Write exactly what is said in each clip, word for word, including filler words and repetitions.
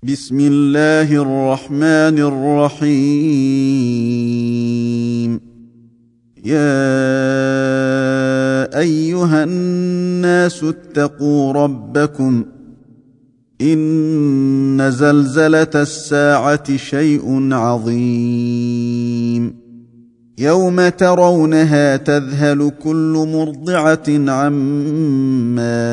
بسم الله الرحمن الرحيم. يا أيها الناس اتقوا ربكم، إن زلزلة الساعة شيء عظيم. يوم ترونها تذهل كل مرضعة عما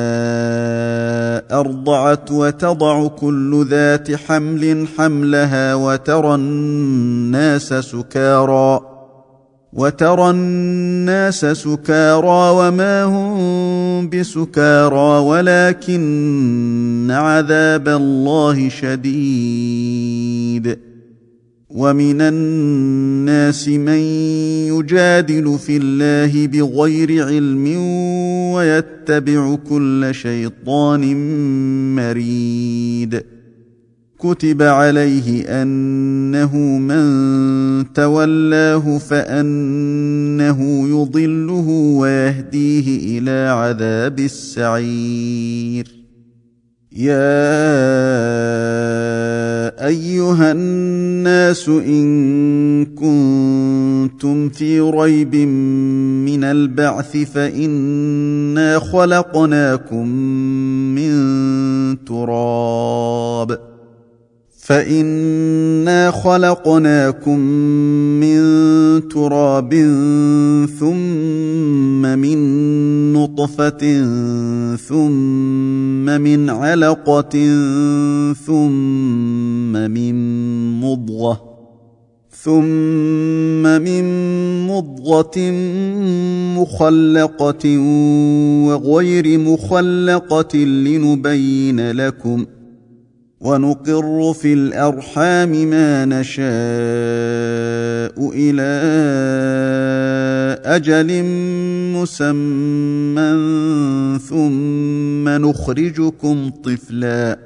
أرضعت وتضع كل ذات حمل حملها وترى الناس سكارى وترى الناس سكارى وما هم بسكارى ولكن عذاب الله شديد. ومن الناس من يجادل في الله بغير علم ويتبع كل شيطان مريد. كتب عليه أنه من تولاه فأنه يضله ويهديه إلى عذاب السعير. يا أيها الناس إن كنتم في ريب من البعث فإنا خلقناكم من تراب فإنا خلقناكم من تراب ثم من نطفة ثم من علقة ثم من مضغة ثم من مضغة مخلقة وغير مخلقة لنبين لكم، ونقر في الأرحام ما نشاء إلى أجل مسمى ثم نخرجكم طفلا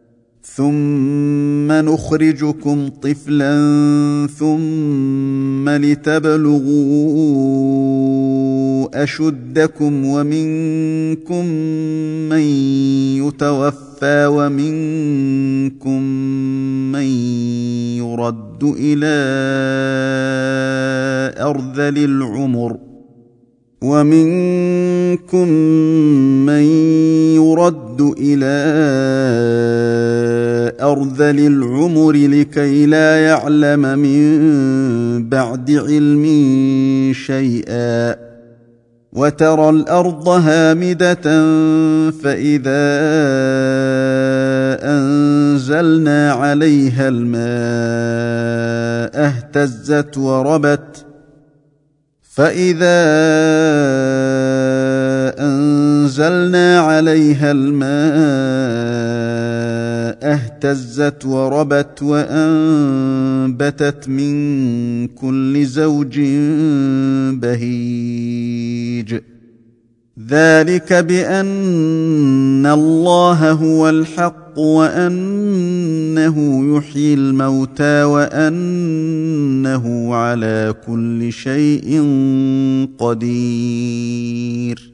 ثم نخرجكم طفلا ثم لتبلغوا أشدكم، ومنكم من يتوفى ومنكم من يرد إلى أرذل العمر ومنكم من يرد إلى أرذل العمر لكي لا يعلم من بعد علم شيئا. وترى الأرض هامدة فإذا أنزلنا عليها الماء اهتزت وربت فإذا أنزلنا عليها الماء اهتزت وربت وأنبتت من كل زوج بهيج. ذلك بأن الله هو الحق وأنه يحيي الموتى وأنه على كل شيء قدير،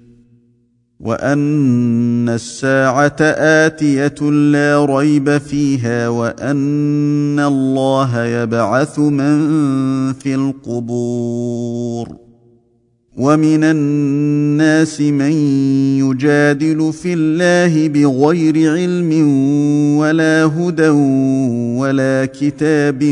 وأن الساعة آتية لا ريب فيها، وأن الله يبعث من في القبور. ومن الناس من يجادل في الله بغير علم ولا هدى ولا كتاب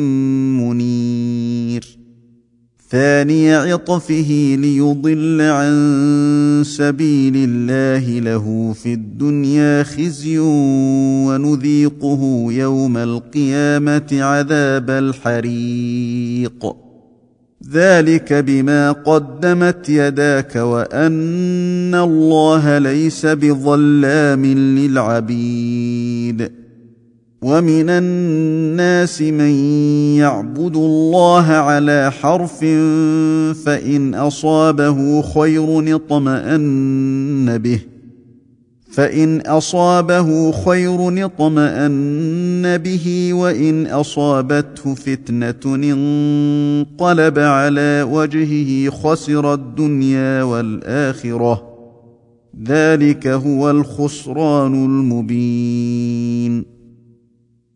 منير. ثاني عطفه ليضل عن سبيل الله له في الدنيا خزي ونذيقه يوم القيامة عذاب الحريق. ذلك بما قدمت يداك وأن الله ليس بظلام للعبيد. ومن الناس من يعبد الله على حرف فإن أصابه خير اطمأن به فإن أصابه خير اطمأن به وإن أصابته فتنة انقلب على وجهه خسر الدنيا والآخرة، ذلك هو الخسران المبين.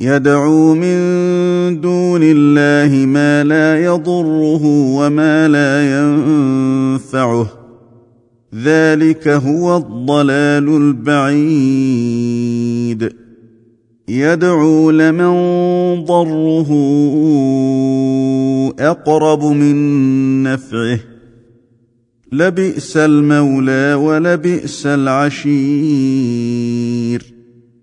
يدعو من دون الله ما لا يضره وما لا ينفعه ذلك هو الضلال البعيد يدعو لمن ضره أقرب من نفعه لبئس المولى ولبئس العشير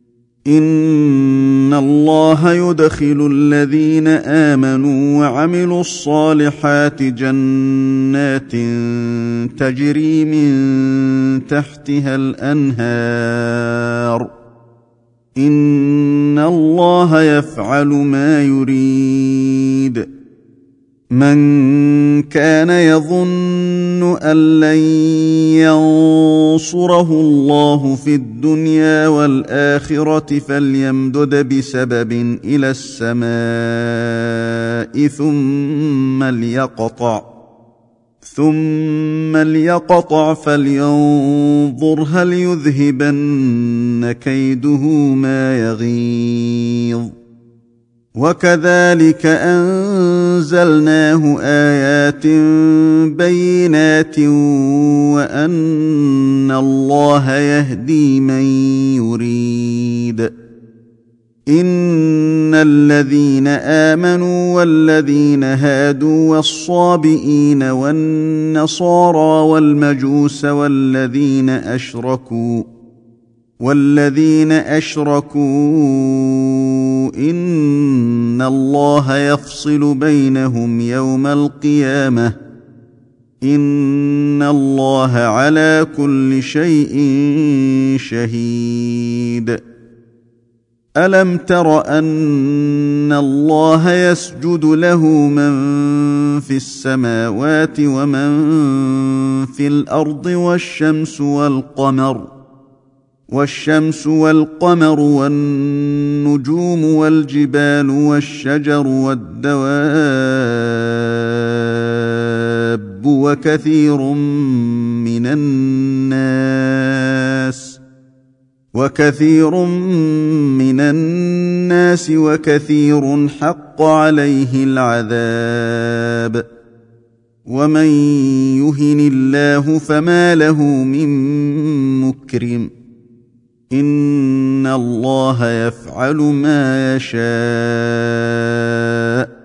إن الله يدخل الذين آمنوا وعملوا الصالحات جنات تجري من تحتها الأنهار إن الله يفعل ما يريد من كان يظن أن لن ينصره الله في الدنيا والآخرة فليمدد بسبب إلى السماء ثم ليقطع ثم ليقطع فلينظر هل يذهبن كيده ما يغيظ وكذلك أنزلناه آيات بينات وأن الله يهدي من يريد إن الذين آمنوا والذين هادوا والصابئين والنصارى والمجوس والذين أشركوا والذين أشركوا إن الله يفصل بينهم يوم القيامة إن الله على كل شيء شهيد ألم تر أن الله يسجد له من في السماوات ومن في الأرض والشمس والقمر والشمس والقمر والنجوم والجبال والشجر والدواب وكثير من الناس وكثير من الناس وكثير حق عليه العذاب ومن يهن الله فما له من مكرم إن الله يفعل ما يشاء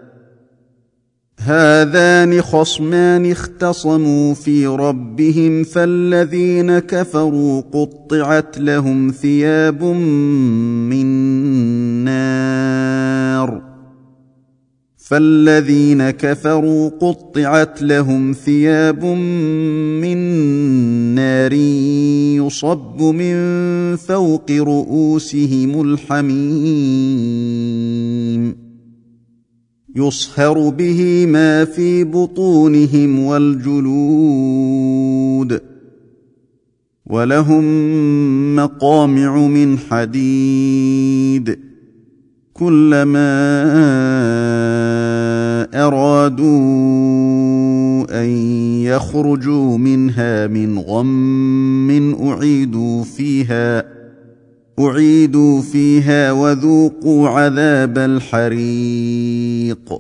هذان خصمان اختصموا في ربهم فالذين كفروا قطعت لهم ثياب من نار فالذين كفروا قطعت لهم ثياب من نار يصب من فوق رؤوسهم الحميم يصهر به ما في بطونهم والجلود ولهم مقامع من حديد كلما أرادوا أن يخرجوا منها من غم أعيدوا فيها أعيدوا فيها وذوقوا عذاب الحريق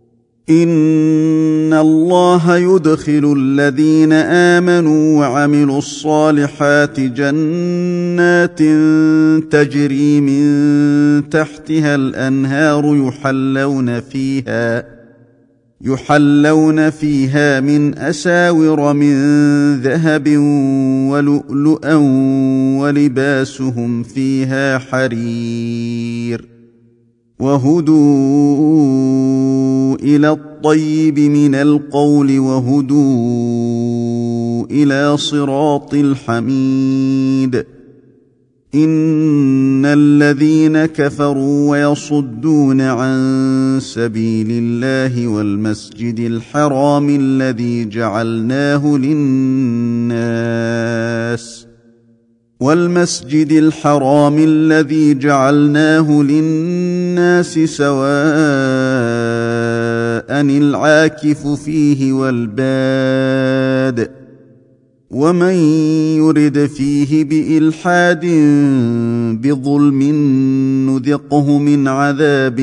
إن الله يدخل الذين آمنوا وعملوا الصالحات جنات تجري من تحتها الأنهار يحلون فيها يحلون فيها من أساور من ذهب ولؤلؤا ولباسهم فيها حرير وهدوا إلى الطيب من القول وهدوا إلى صراط الحميد إن الذين كفروا ويصدون عن سبيل الله والمسجد الحرام الذي جعلناه للناس والمسجد الحرام الذي جعلناه للناس سواء العاكف فيه والباد ومن يرد فيه بإلحاد بظلم نذقه من عذاب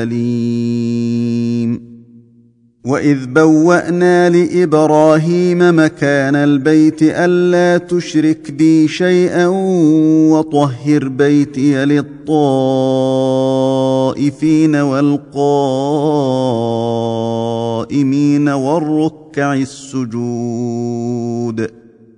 أليم. وإذ بوأنا لإبراهيم مكان البيت ألا تشرك بي شيئا وطهر بيتي للطائفين والقائمين والركع السجود.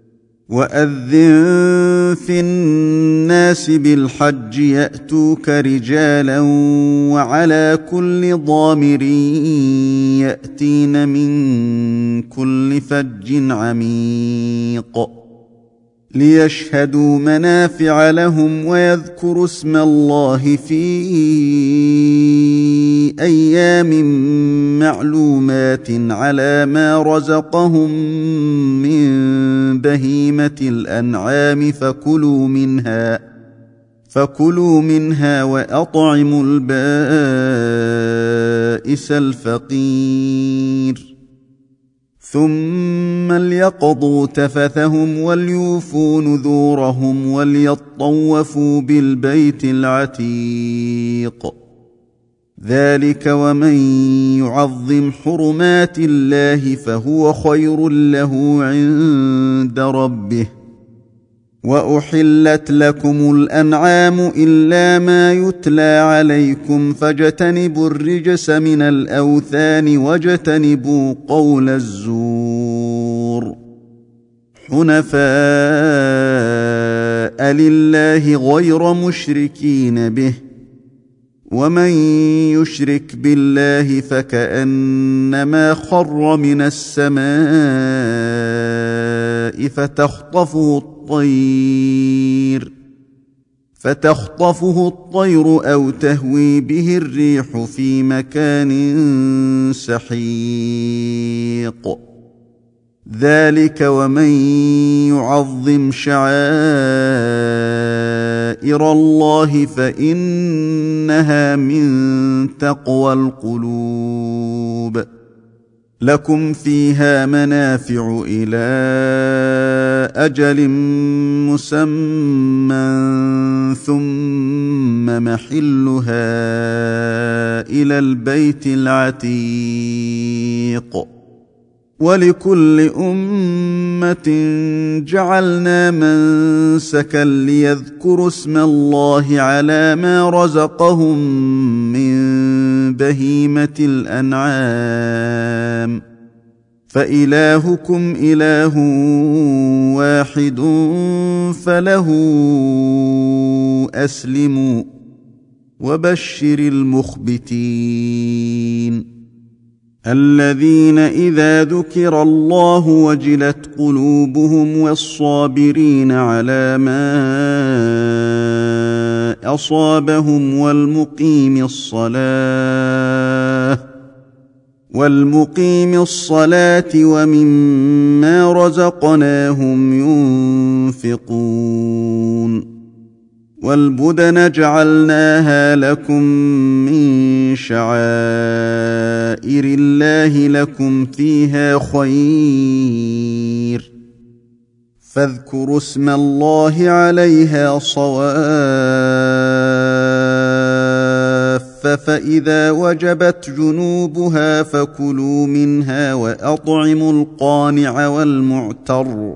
وأذن في الناس بالحج يأتوك رجالا وعلى كل ضامر يأتين من كل فج عميق ليشهدوا منافع لهم ويذكروا اسم الله في أيام معلومات على ما رزقهم من بهيمة الأنعام فكلوا منها فكلوا منها وأطعموا البائس الفقير ثم ليقضوا تفثهم وليوفوا نذورهم وليطوفوا بالبيت العتيق. ذلك ومن يعظم حرمات الله فهو خير له عند ربه. وأحلت لكم الأنعام إلا ما يتلى عليكم فاجتنبوا الرجس من الأوثان واجتنبوا قول الزور حنفاء لله غير مشركين به. ومن يشرك بالله فكأنما خر من السماء فتخطفه الطير فتخطفه الطير أو تهوي به الريح في مكان سحيق. ذلك ومن يعظم شعائر الله فإنها من تقوى القلوب. لكم فيها منافع إلى أجل مسمى ثم محلها إلى البيت العتيق. ولكل أمة جعلنا منسكا ليذكروا اسم الله على ما رزقهم من بهيمة الأنعام فإلهكم إله واحد فله أسلموا وبشر المخبتين الذين إذا ذكر الله وجلت قلوبهم والصابرين على ما أصابهم والمقيم الصلاة والمقيم الصلاة ومما رزقناهم ينفقون. والبدن جعلناها لكم من شعائر الله لكم فيها خير فاذكروا اسم الله عليها صواف فإذا وجبت جنوبها فكلوا منها وأطعموا القانع والمعتر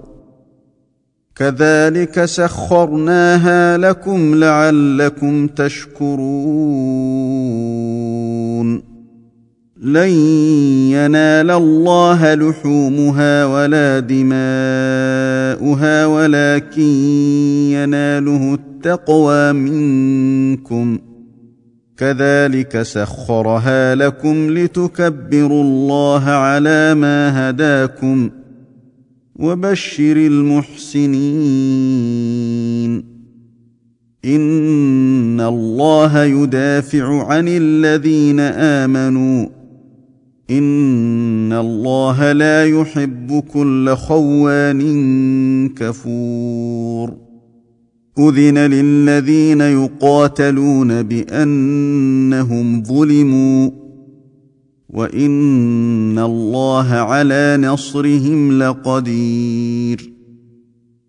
كذلك سخرناها لكم لعلكم تشكرون. لن ينال الله لحومها ولا دماؤها ولكن يناله التقوى منكم كذلك سخرها لكم لتكبروا الله على ما هداكم وبشر المحسنين. إن الله يدافع عن الذين آمنوا إن الله لا يحب كل خوان كفور. أذن للذين يقاتلون بأنهم ظلموا وإن الله على نصرهم لقدير.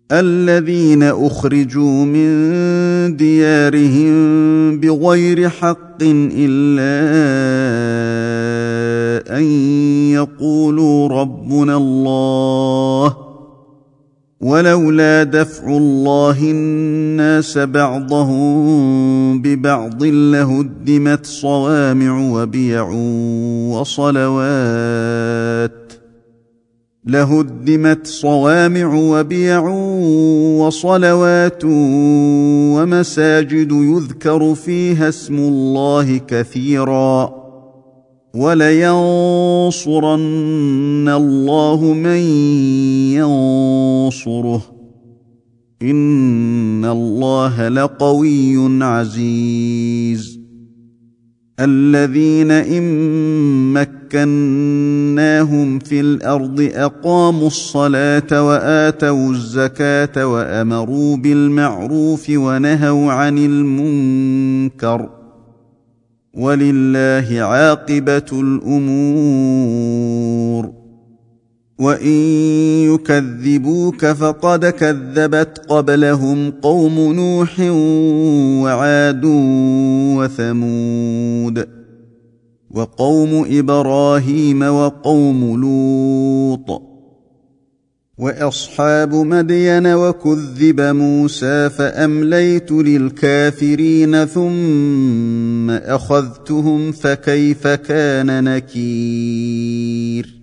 الذين اخرجوا من ديارهم بغير حق الا ان يقولوا ربنا الله ولولا دفع الله الناس بعضهم ببعض لهدمت صوامع وبيع وصلوات لهدمت صوامع وبيع وصلوات ومساجد يذكر فيها اسم الله كثيرا ولينصرن الله من ينصره إن الله لقوي عزيز الذين إن مكناهم في الأرض أقاموا الصلاة وآتوا الزكاة وأمروا بالمعروف ونهوا عن المنكر ولله عاقبة الأمور وإن يكذبوك فقد كذبت قبلهم قوم نوح وعاد وثمود وقوم إبراهيم وقوم لوط وأصحاب مدين وكذب موسى فأمليت للكافرين ثم أخذتهم فكيف كان نكير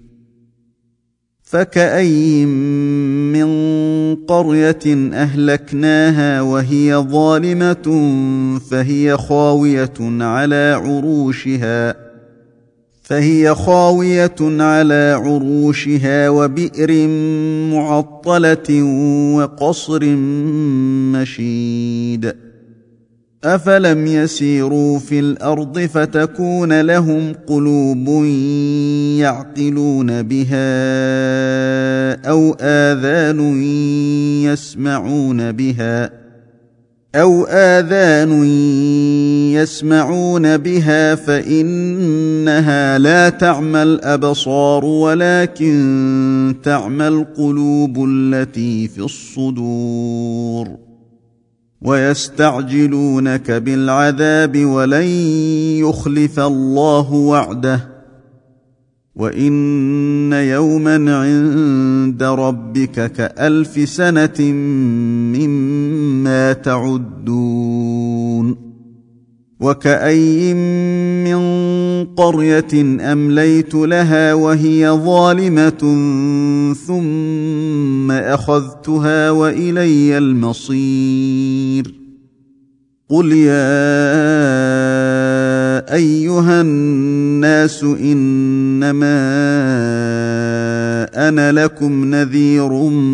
فكأين من قرية أهلكناها وهي ظالمة فهي خاوية على عروشها فهي خاوية على عروشها وبئر معطلة وقصر مشيد أفلم يسيروا في الأرض فتكون لهم قلوب يعقلون بها أو آذان يسمعون بها أو آذان يسمعون بها فإنها لا تعمى الأبصار ولكن تعمى القلوب التي في الصدور ويستعجلونك بالعذاب ولن يخلف الله وعده وإن يوما عند ربك كألف سنة مما تعدون وكأي من قرية أمليت لها وهي ظالمة ثم أخذتها وإلي المصير قل يا أيها الناس إنما أنا لكم نذير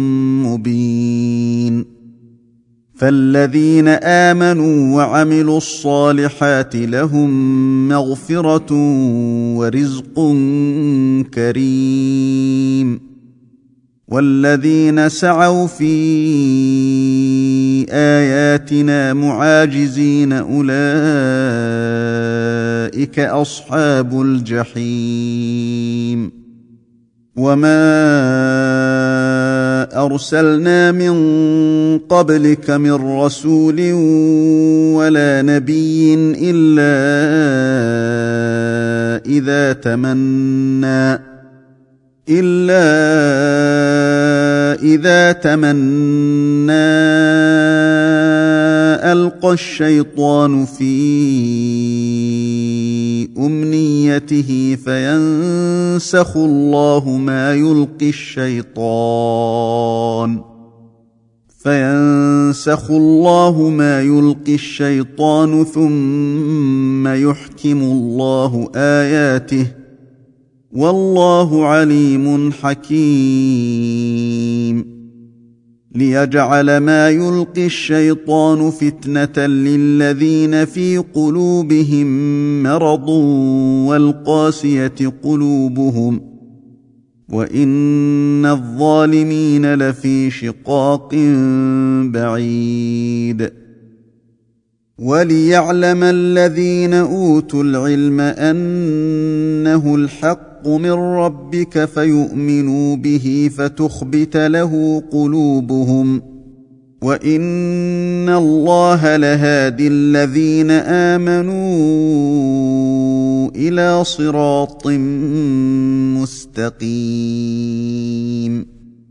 مبين فالذين آمنوا وعملوا الصالحات لهم مغفرة ورزق كريم والذين سعوا في آياتنا معاجزين أولئك أصحاب الجحيم وما أرسلنا من قبلك من رسول ولا نبي إلا إذا تمنى إلا إذا تمنى ألقى الشيطان في أمنيته فينسخ الله ما يلقي الشيطان فينسخ الله ما يلقي الشيطان ثم يحكم الله آياته والله عليم حكيم ليجعل ما يلقي الشيطان فتنة للذين في قلوبهم مرض والقاسية قلوبهم وإن الظالمين لفي شقاق بعيد وليعلم الذين أوتوا العلم أنه الحق من ربك فيؤمنوا به فتخبت له قلوبهم وان الله لهادي الذين امنوا الى صراط مستقيم.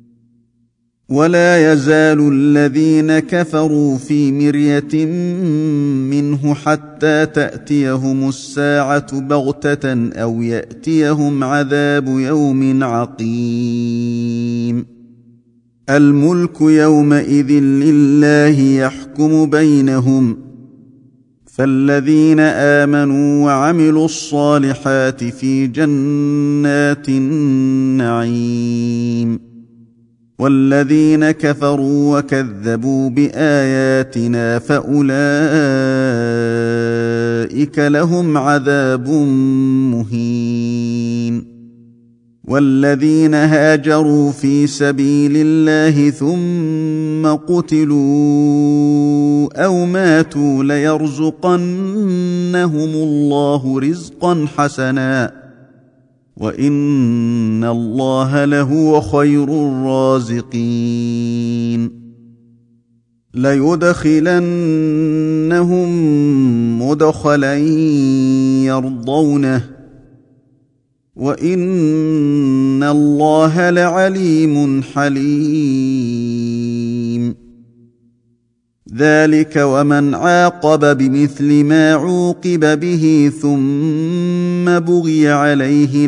ولا يزال الذين كفروا في مرية منه حتى تأتيهم الساعة بغتة أو يأتيهم عذاب يوم عقيم. الملك يومئذ لله يحكم بينهم، فالذين آمنوا وعملوا الصالحات في جنات النعيم، والذين كفروا وكذبوا بآياتنا فأولئك لهم عذاب مهين. والذين هاجروا في سبيل الله ثم قتلوا أو ماتوا ليرزقنهم الله رزقا حسنا، وإن الله لهو خير الرازقين. ليدخلنهم مدخلا يرضونه، وإن الله لعليم حليم. ذلك ومن عاقب بمثل ما عوقب به ثم بغي عليه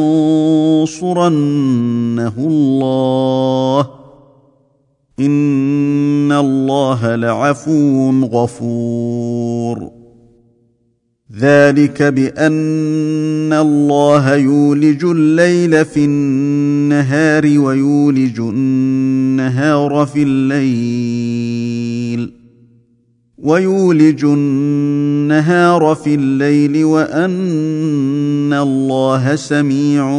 لينصرنه الله، إن الله لعفو غفور. ذلك بأن الله يولج الليل في النهار ويولج النهار في الليل ويولج النهار في الليل وأن الله سميع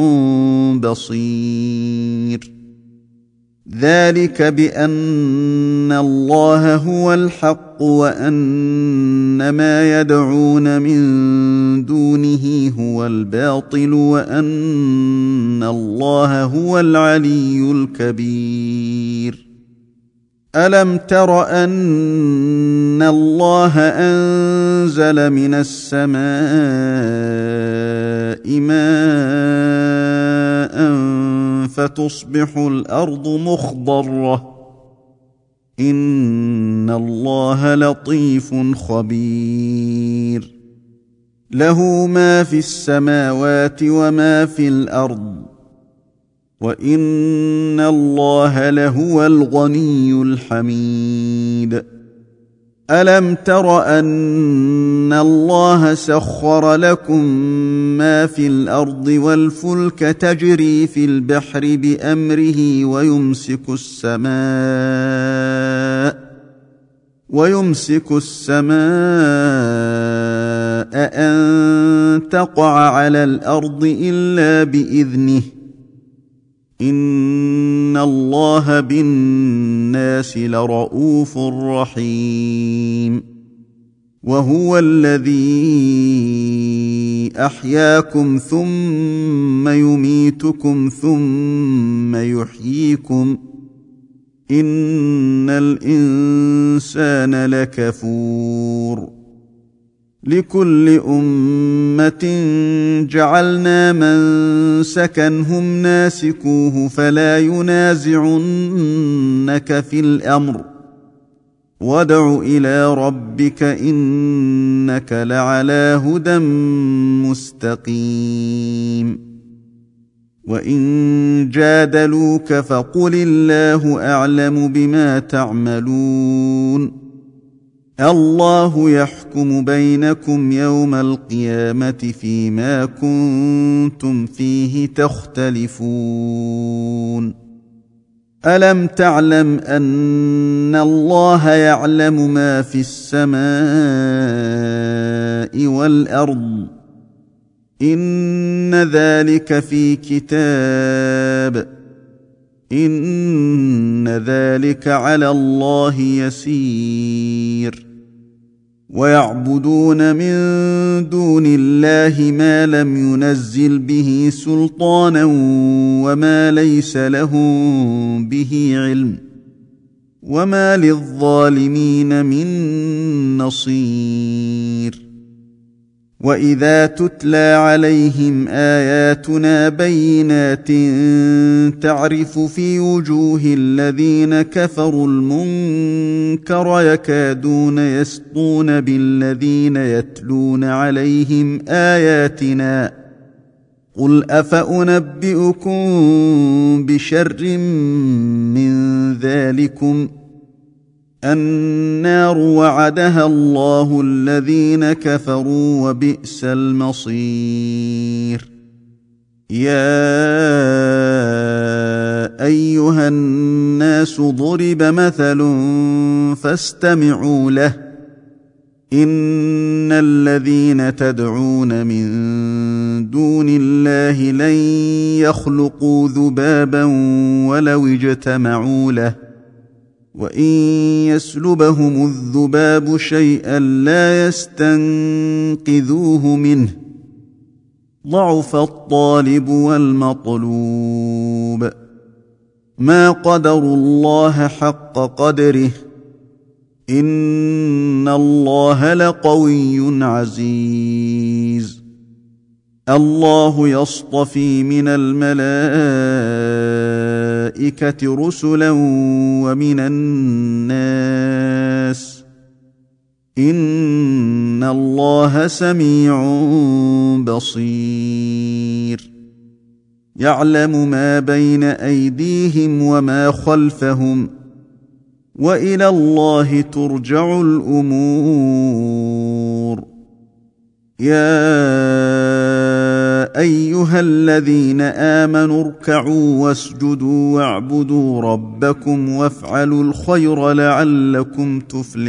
بصير. ذلك بأن الله هو الحق وأن ما يدعون من دونه هو الباطل وأن الله هو العلي الكبير. ألم تر أن الله أنزل من السماء ماء فتصبح الأرض مخضرة، إن الله لطيف خبير. له ما في السماوات وما في الأرض، وإن الله لهو الغني الحميد. ألم تر أن الله سخر لكم ما في الأرض والفلك تجري في البحر بأمره ويمسك السماء ويمسك السماء أن تقع على الأرض إلا بإذنه، إن الله بالناس لرءوف رحيم. وهو الذي أحياكم ثم يميتكم ثم يحييكم، إن الإنسان لكفور. لكل أمة جعلنا منسكا هم ناسكوه فلا ينازعنك في الأمر، وادع إلى ربك إنك لعلى هدى مستقيم. وإن جادلوك فقل الله أعلم بما تعملون، الله يحكم بينكم يوم القيامة فيما كنتم فيه تختلفون. ألم تعلم أن الله يعلم ما في السماء والأرض، إن ذلك في كتاب، إن ذلك على الله يسير. ويعبدون من دون الله ما لم ينزل به سلطانا وما ليس لهم به علم، وما للظالمين من نصير. واذا تتلى عليهم اياتنا بينات تعرف في وجوه الذين كفروا المنكر يكادون يسطون بالذين يتلون عليهم اياتنا. قل افانبئكم بشر من ذلكم النار وعدها الله الذين كفروا وبئس المصير. يا ايها الناس ضرب مثل فاستمعوا له ان الذين تدعون من دون الله لن يخلقوا ذبابا ولو اجتمعوا له وان يسلبهم الذباب شيئا لا يستنقذوه منه ضعف الطالب والمطلوب. ما قدروا الله حق قدره ان الله لقوي عزيز. الله يصطفي من الملائكة رسلا ومن الناس إن الله سميع بصير. يعلم ما بين أيديهم وما خلفهم وإلى الله ترجع الأمور. يا ايها الذين امنوا اركعوا واسجدوا واعبدوا ربكم وافعلوا الخير لعلكم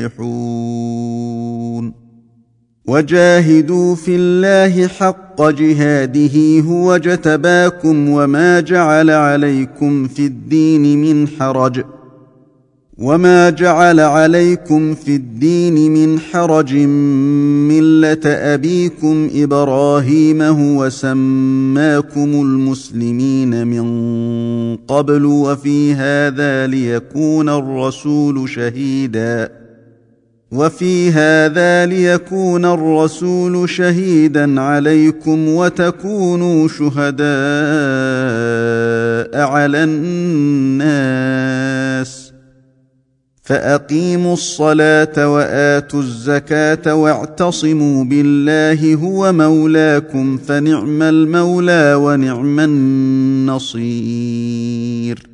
تفلحون. وجاهدوا في الله حق جهاده هو اجتباكم وما جعل عليكم في الدين من حرج وما جعل عليكم في الدين من حرج ملة أبيكم إبراهيم هو سماكم المسلمين من قبل وفي هذا ليكون الرسول شهيدا وفي هذا ليكون الرسول شهيدا عليكم وتكونوا شهداء على الناس. فأقيموا الصلاة وآتوا الزكاة واعتصموا بالله هو مولاكم فنعم المولى ونعم النصير.